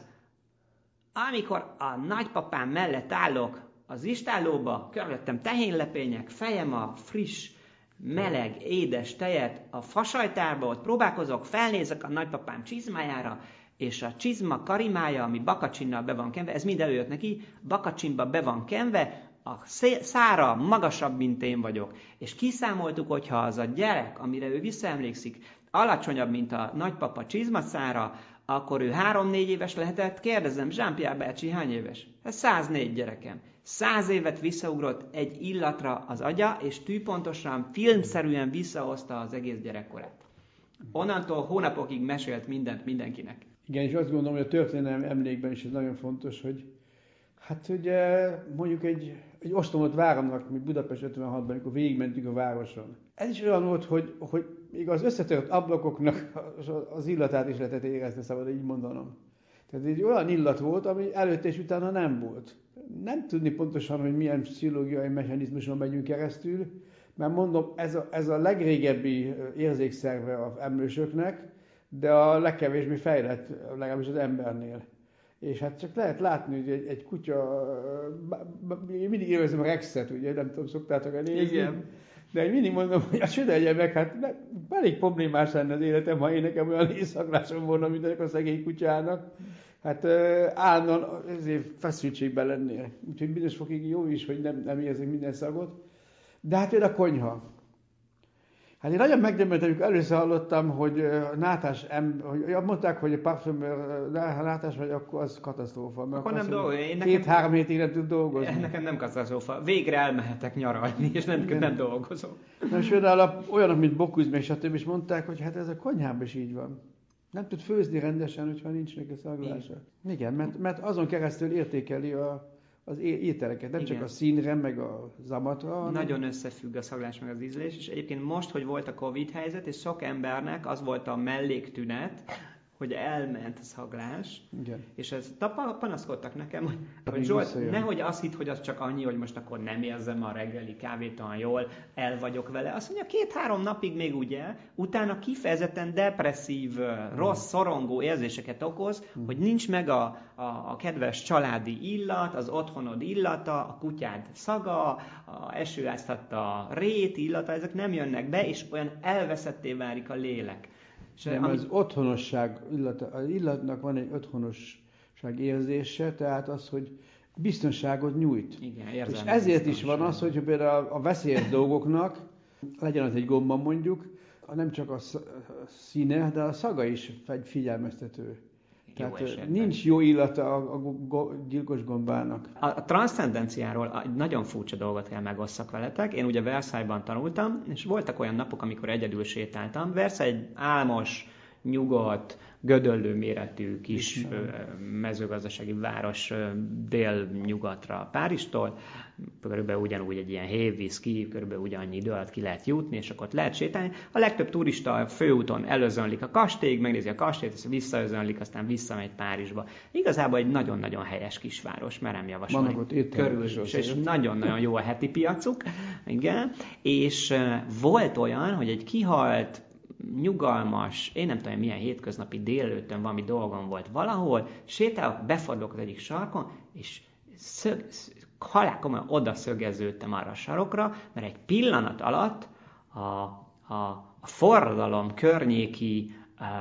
amikor a nagypapám mellett állok az istállóba, körülöttem tehénlepények, fejem a friss, meleg, édes tejet a fasajtárba, ott próbálkozok, felnézek a nagypapám csizmájára, és a csizma karimája, ami bakacsinnal be van kenve, ez mind előjött neki, bakacsinba be van kenve, a szára magasabb, mint én vagyok. És kiszámoltuk, hogyha az a gyerek, amire ő visszaemlékszik, alacsonyabb, mint a nagypapa csizmaszára, akkor ő 3-4 éves lehetett. Kérdezem, Jean-Pierre bácsi hány éves? Ez 104 gyerekem. 100 évet visszaugrott egy illatra az agya, és tűpontosan, filmszerűen visszahozta az egész gyerekkorát. Onnantól hónapokig mesélt mindent mindenkinek. Igen, és azt gondolom, hogy a történelmi emlékben is ez nagyon fontos, hogy hát ugye mondjuk egy ostromot váramnak, mint Budapest 56-ban, amikor végigmentünk a városon. Ez is olyan volt, hogy még az összetört ablakoknak az illatát is lehetett érezni, szabad így mondanom. Tehát egy olyan illat volt, ami előtte és utána nem volt. Nem tudni pontosan, hogy milyen pszichológiai mechanizmuson megyünk keresztül, mert mondom, ez a legrégebbi érzékszerve az emlősöknek, de a legkevésbé fejlett, legalábbis az embernél. És hát csak lehet látni, hogy egy kutya, én mindig élvezem a Rexet, ugye, nem tudom, szoktátok elnézni. Igen. De én mindig mondom, hogy a südelje meg, hát elég problémás lenne az életem, ha én nekem olyan északlásom volna, mint a szegény kutyának. Hát állandóan ezért feszültségben lennél. Úgyhogy bizonyos fokig jó is, hogy nem érzek minden szagot. De hát például a konyha. Hát én nagyon megdöbbent, amikor először hallottam, hogy nátás, hogy mondták, hogy a parfümőr nátás vagy, akkor az katasztrófa. Akkor nem dolgozni. 2-3 hétig nem tud dolgozni. Nekem nem katasztrófa. Végre elmehetek nyaralni, és nem dolgozom. Na, és például olyanok, mint Bocuse, és stb. Is mondták, hogy hát ez a konyhában is így van. Nem tud főzni rendesen, hogyha nincs neki szaglása. Igen, mert azon keresztül értékeli az ételeket, nem csak a színre, meg a zamatra. Nagyon összefügg a szaglás meg az ízlés, és egyébként most, hogy volt a Covid helyzet, és sok embernek az volt a melléktünet, hogy elment a szaglás, igen. És ez panaszkodtak nekem, hogy Zsolt, nehogy azt hidd, hogy az csak annyi, hogy most akkor nem érzem a reggeli kávét olyan jól, el vagyok vele. Azt mondja, 2-3 napig még ugye, utána kifejezetten depresszív, rossz, szorongó érzéseket okoz, hogy nincs meg a kedves családi illat, az otthonod illata, a kutyád szaga, a esőáztatta rét illata, ezek nem jönnek be, és olyan elveszetté válik a lélek. Nem, az otthonosság, az illatnak van egy otthonosság érzése, tehát az, hogy biztonságot nyújt. Igen, és ezért is van az, hogy például a veszélyes dolgoknak, legyen az egy gomba mondjuk, nem csak a színe, de a szaga is egy figyelmeztető. Tehát nincs jó illata a gyilkos gombának. A transzcendenciáról egy nagyon furcsa dolgot kell megosszak veletek. Én ugye Versailles-ban tanultam, és voltak olyan napok, amikor egyedül sétáltam. Versailles egy álmos, nyugodt, gödöllő méretű kis mezőgazdasági város délnyugatra Párizstól, körülbelül ugyanúgy egy ilyen hévvíz körülbelül ugyannyi idő alatt ki lehet jutni, és akkor ott lehet sétálni. A legtöbb turista a főúton előzönlik a kastélyig, megnézi a kastélyt, és visszaözönlik, aztán visszamegy Párizsba. Igazából egy nagyon-nagyon helyes kisváros, merem javasolni. Körül és nagyon-nagyon jó a heti piacuk. Igen. És volt olyan, hogy egy kihalt, nyugalmas, én nem tudom milyen hétköznapi délelőttön valami dolgom volt valahol, sétálok, befordulok az egyik sarkon, és halál komolyan oda szögeződtem arra a sarokra, mert egy pillanat alatt a forradalom környéki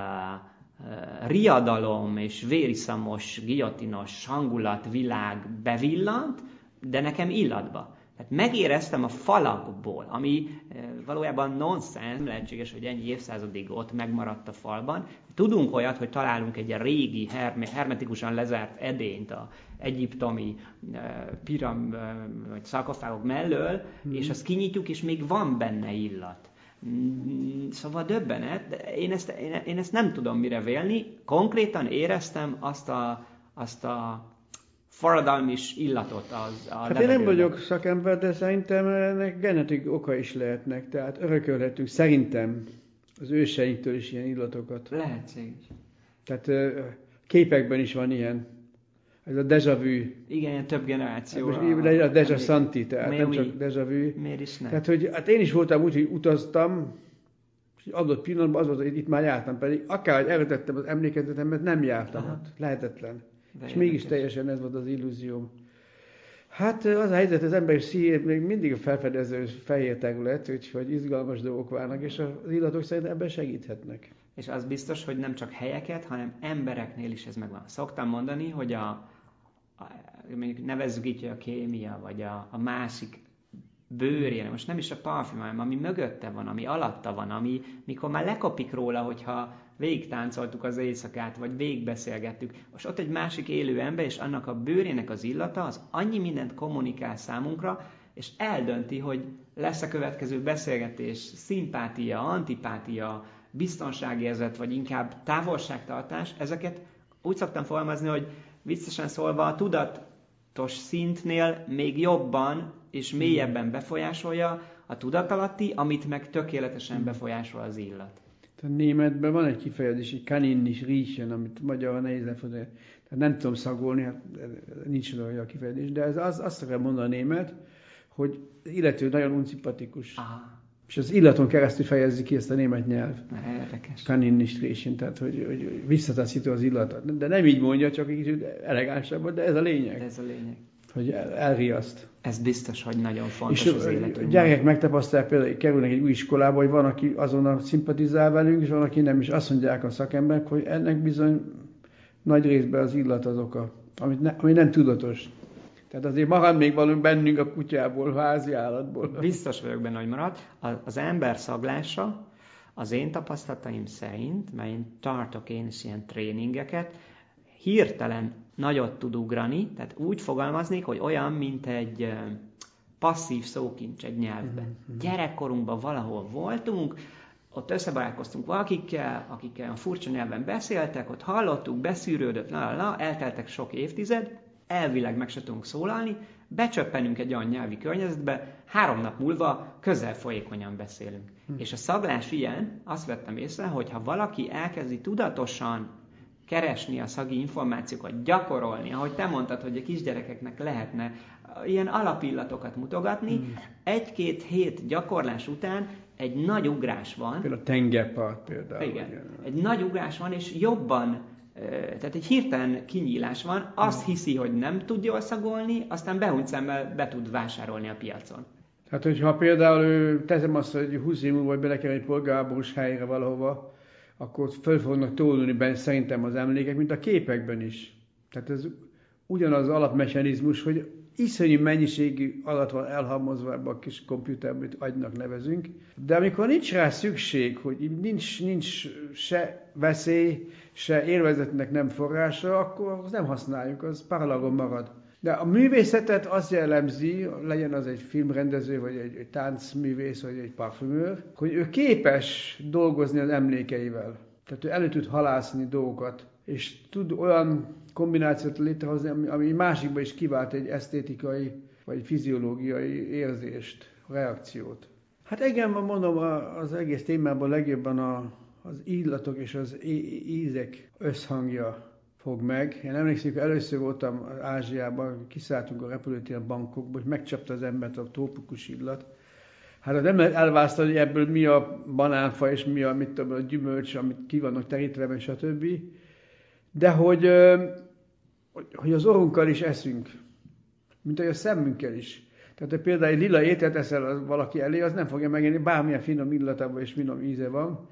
riadalom és vériszamos, giljotinos hangulatvilág bevillant, de nekem illatba. Tehát megéreztem a falakból, ami valójában nonsens, lehetséges, hogy ennyi évszázadig ott megmaradt a falban. Tudunk olyat, hogy találunk egy régi, hermetikusan lezárt edényt a egyiptomi vagy szarkofágok mellől, és azt kinyitjuk, és még van benne illat. Szóval döbbenet, de én ezt nem tudom mire vélni. Konkrétan éreztem azt a forradalmis illatot Hát én nem vagyok szakember, de szerintem ennek genetik oka is lehetnek. Tehát örökölhetünk szerintem az őseinktől is ilyen illatokat. Lehetséges. Tehát képekben is van ilyen. Ez a déjà vu. Igen, ilyen több generáció. A déjà santi, tehát nem csak déjà vu. Miért is nem? Tehát, hogy hát én is voltam úgy, hogy utaztam, és adott pillanatban az volt, hogy itt már jártam, pedig akár elvetettem az emlékezetemet, nem jártam ott. Lehetetlen. De és mégis teljesen ez volt az illúzióm. Hát az a helyzet, az ember szívét még mindig a felfedező fehér terület, úgyhogy izgalmas dolgok várnak, és az illatok szerint ebben segíthetnek. És az biztos, hogy nem csak helyeket, hanem embereknél is ez megvan. Szoktam mondani, hogy mondjuk nevezzük így, hogy a kémia, vagy a másik bőrjére, most nem is a parfüm, hanem ami mögötte van, ami alatta van, ami mikor már lekopik róla, hogyha végig táncoltuk az éjszakát, vagy végigbeszélgettük. Most ott egy másik élő ember, és annak a bőrének az illata, az annyi mindent kommunikál számunkra, és eldönti, hogy lesz a következő beszélgetés, szimpátia, antipátia, biztonságérzet, vagy inkább távolságtartás. Ezeket úgy szoktam fogalmazni, hogy viccesen szólva a tudatos szintnél még jobban és mélyebben befolyásolja a tudatalatti, amit meg tökéletesen befolyásol az illat. A németben van egy kifejezés, hogy kann ihn nicht riechen, amit magyarul nehéz lefordítani. Tehát nem tudom szagolni, hát nincs olyan a kifejezés, de ez azt kell mondani a német, hogy illető nagyon unszimpatikus. Aha. És az illaton keresztül fejezi ki ezt a német nyelv. Érdekes. Kann ihn nicht riechen, tehát hogy visszataszító az illatot. De nem így mondja, csak egy kicsit elegánsabban, de ez a lényeg. De ez a lényeg. Hogy elriaszt. Ez biztos, hogy nagyon fontos és az életünkben. Gyerekek megtapasztalják például, kerülnek egy új iskolába, hogy van, aki azonnal szimpatizál velünk, és van, aki nem, és azt mondják a szakemberek, hogy ennek bizony nagy részben az illat az oka, ami nem tudatos. Tehát azért marad még valami bennünk a kutyából, házi állatból. Biztos vagyok benne, hogy marad. Az ember szaglása az én tapasztalataim szerint, mert én tartok én is ilyen tréningeket, hirtelen nagyot tud ugrani, tehát úgy fogalmaznék, hogy olyan, mint egy passzív szókincs egy nyelvben. Gyerekkorunkban valahol voltunk, ott összebarátkoztunk valakikkel, akikkel a furcsa nyelven beszéltek, ott hallottuk, beszűrődött, elteltek sok évtized, elvileg meg se tudunk szólalni, becsöppenünk egy olyan nyelvi környezetbe, 3 nap múlva közel folyékonyan beszélünk. És a szaglás ilyen, azt vettem észre, hogy ha valaki elkezdi tudatosan keresni a szagi információkat, gyakorolni, ahogy te mondtad, hogy a kisgyerekeknek lehetne ilyen alapillatokat mutogatni, 1-2 hét gyakorlás után egy nagy ugrás van. Például a tengerpart például. Igen. Egy nagy ugrás van, és jobban, tehát egy hirtelen kinyílás van, azt hiszi, hogy nem tud jól szagolni, aztán behunyt szemmel be tud vásárolni a piacon. Hát, hogyha például teszem azt, hogy 20 év múlva belekerül egy polgárháborús helyre valahova, akkor föl fognak tólulni benne szerintem az emlékek, mint a képekben is. Tehát ez ugyanaz alapmechanizmus, hogy iszonyú mennyiségű adat van elhalmozva ebbe a kis komputerbe, amit agynak nevezünk. De amikor nincs rá szükség, hogy nincs se veszély, se élvezetnek nem forrása, akkor azt nem használjuk, az paralagon marad. De a művészetet azt jellemzi, legyen az egy filmrendező, vagy egy táncművész, vagy egy parfümőr, hogy ő képes dolgozni az emlékeivel. Tehát ő elő tud halászni dolgokat, és tud olyan kombinációt létrehozni, ami másikba is kivált egy esztétikai vagy fiziológiai érzést, reakciót. Hát engem mondom az egész témában legjobban az illatok és az ízek összhangja fog meg. Én emlékszem, hogy először voltam Ázsiában, kiszálltunk a repülőtéren Bangkokba, hogy megcsapta az embert a trópukus illat. Hát nem lehet elválasztani, hogy ebből mi a banánfa, és mi a, mit tudom, a gyümölcs, amit ki vannak terítve, meg stb. De hogy az orrunkkal is eszünk, mint ahogy a szemünkkel is. Tehát, hogy például egy lila ételt eszel valaki elé, az nem fogja megélni, bármilyen finom illatában és finom íze van,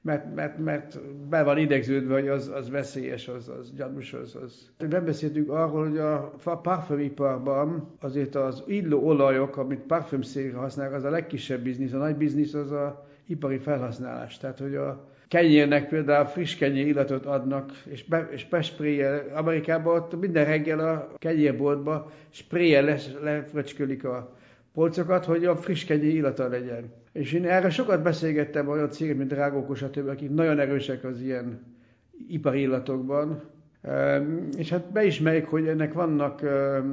mert be van idegződve, hogy az veszélyes, az gyanús, az. Nem beszéltünk arról, hogy a parfümiparban azért az illó olajok, amit parfümszégre használnak, az a legkisebb biznisz, a nagy biznisz az a ipari felhasználás. Tehát, hogy a kenyérnek például friss kenyér illatot adnak, és bespréjel. Amerikában ott minden reggel a kenyérboltban spréjel lefröcskölik a polcokat, hogy a friss kenyér illata legyen. És én erre sokat beszélgettem olyan cégek, mint Drágókos, stb., akik nagyon erősek az ilyen ipari illatokban. És hát beismerjük, hogy ennek vannak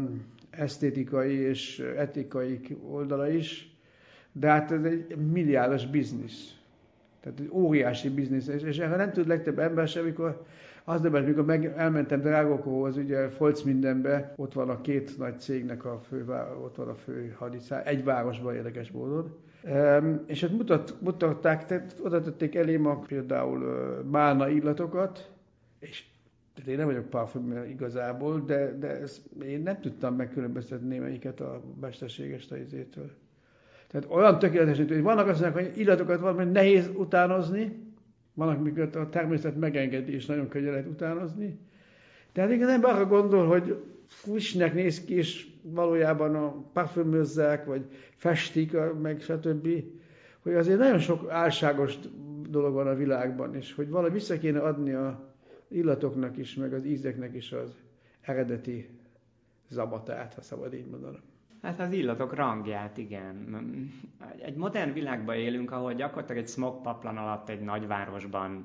esztétikai és etikai oldala is, de hát ez egy milliárdos biznisz. Tehát egy óriási biznisz, és erre nem tud legtöbb ember sem, amikor az de, mikor elmentem Drágókóhoz, ugye Volksmindenbe, ott van a két nagy cégnek ott van a fő hadiszár, egy városban érdekes módon. És ott mutatták, oda tették elém például málna illatokat, és én nem vagyok parfümör igazából, de én nem tudtam megkülönböztetni némelyiket a mesterséges tajzétől. Tehát olyan tökéletesen, hogy vannak azt mondják, hogy illatokat van, mert nehéz utánozni, vannak, mikor a természet megengedi, és nagyon könnyen lehet utánozni. Tehát az ember arra gondol, hogy frissnek néz ki, és valójában a parfümözzák, vagy festik, meg stb., hogy azért nagyon sok álságos dolog van a világban, és hogy valahogy vissza kéne adni az illatoknak is, meg az ízeknek is az eredeti zamatát, ha szabad így mondanom. Hát az illatok rangját, igen. Egy modern világban élünk, ahol gyakorlatilag egy smogpaplan alatt egy nagyvárosban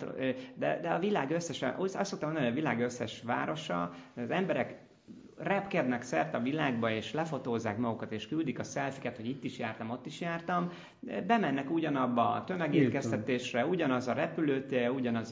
de a világ összes, azt szoktam mondani, hogy a világ összes városa, az emberek repkednek szerte a világba, és lefotózzák magukat, és küldik a szelfiket, hogy itt is jártam, ott is jártam, bemennek ugyanabba a tömegétkeztetésre, ugyanaz a repülőtér,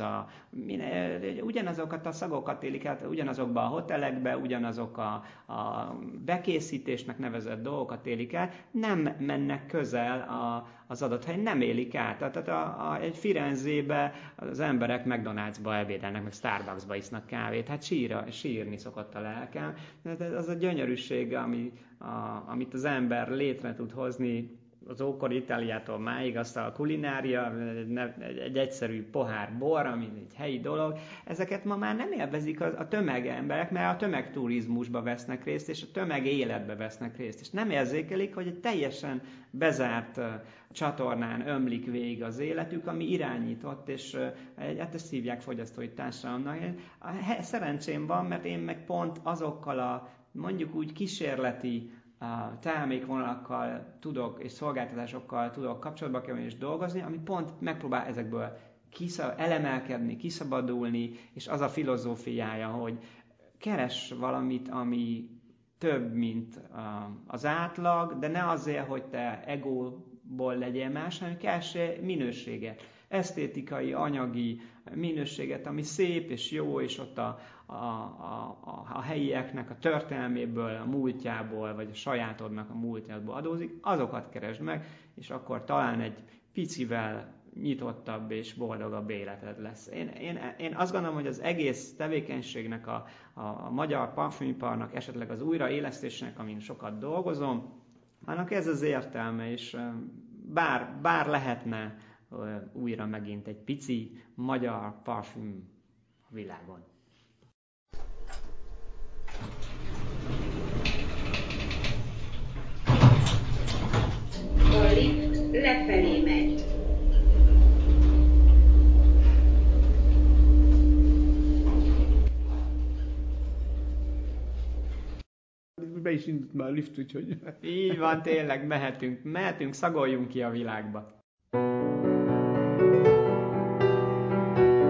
ugyanazokat a szagokat élik át, ugyanazokba a hotelekbe, ugyanazok a bekészítésnek nevezett dolgokat élik el, nem mennek közel az adott helyen, nem élik át. Tehát egy Firenzébe az emberek McDonald'sba ebédelnek, meg Starbucksba isznak kávét, hát sírni szokott a lelkem. Az a gyönyörűség, amit az ember létre tud hozni az ókori Itáliától máig, azt a kulinária, egy egyszerű pohár bor, ami egy helyi dolog, ezeket ma már nem élvezik a tömegemberek, mert a tömegturizmusba vesznek részt, és a tömegéletbe vesznek részt, és nem érzékelik, hogy egy teljesen bezárt csatornán ömlik végig az életük, ami irányított, és hát ezt hívják fogyasztói társadalomnak. Szerencsém van, mert én meg pont azokkal a mondjuk úgy kísérleti termékvonalakkal tudok, és szolgáltatásokkal tudok kapcsolatba kerülni és dolgozni, ami pont megpróbál ezekből elemelkedni, kiszabadulni, és az a filozófiája, hogy keres valamit, ami több, mint az átlag, de ne azért, hogy te egóból legyél más, hanem keres minőséget, esztétikai, anyagi minőséget, ami szép és jó, és ott a helyieknek a történelméből, a múltjából, vagy a sajátodnak a múltjából adózik, azokat keresd meg, és akkor talán egy picivel nyitottabb és boldogabb életed lesz. Én azt gondolom, hogy az egész tevékenységnek, a magyar parfümiparnak, esetleg az újraélesztésnek, amin sokat dolgozom, annak ez az értelme, és bár lehetne újra megint egy pici magyar parfüm a világon. A lift lefelé megy. Be is indult már a lift, úgyhogy... Így van, tényleg, mehetünk, szagoljunk ki a világba.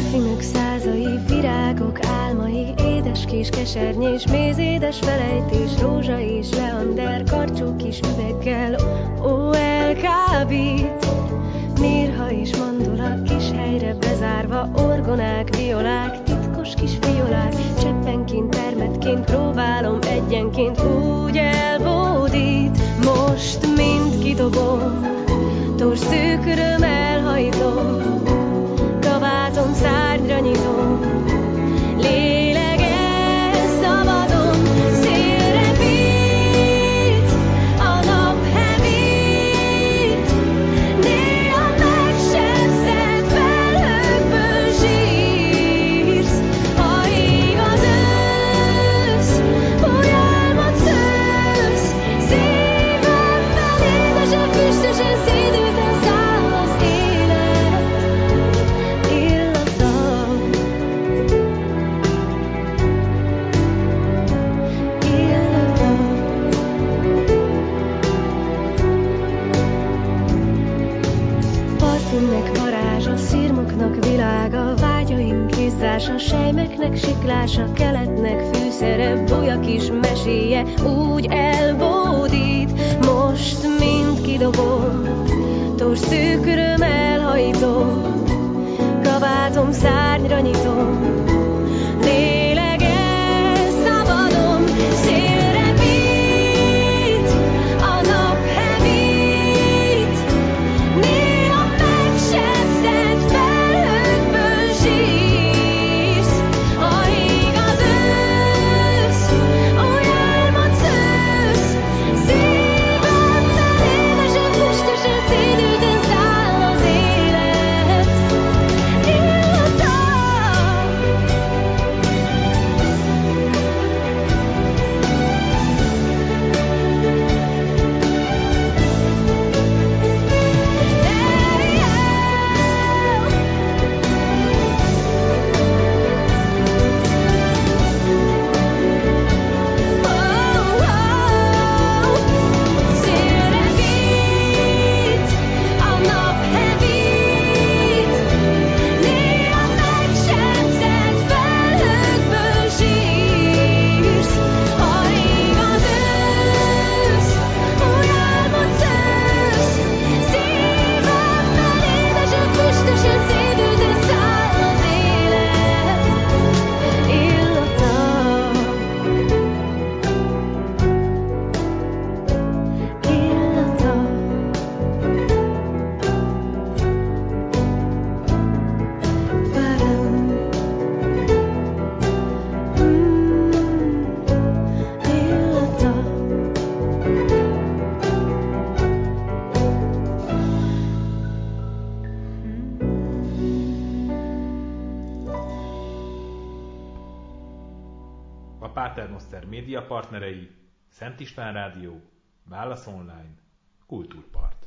Parfümök százai, virágok álmai, édes kis kesernyés, mézédes felejtés, rózsa és leander, karcsú kis üveggel, ó, elkábít. Mirha és mandola, kis helyre bezárva, orgonák, violák, titkos kis fiolák, cseppenként, termetként, próbálom egyenként, úgy elbódít. Most mind kidobom, torz szűk öröm elhajtom, kabátom szárnyra nyitom, lélegez szabadon, szélre vitt, a nap hevít, néha megsebzett felhőkből zsírsz, ha ég az ősz, új álmot szősz, szívemben édesen, füstösen, szédülten száll az élet illata. Parfümnek varázsa, szirmoknak világa, vágyaink hizzása, sejmeknek siklása, keletnek fűszere, búja kis meséje, úgy elbódít. Most mind kidobom, torz szűk öröm elhajtom, kabátom szárnyra nyitom, lélegez szabadon, szélre vitt, a nap hevít, néha megsebzett felhőkből zsírsz, ha ég az ősz, új álmot szősz, szívemben édesen, füstösen, szédülten száll az élet illata. Szélre vitt, a nap hevít, néha megsebzett felhőkből zsírsz, ha ég az ősz, új álmot szősz, szívemben édesen, füstösen, szédülten száll az élet illata. A Paternoster média partnerei: Szent István Rádió, Válasz Online, Kultúrpart.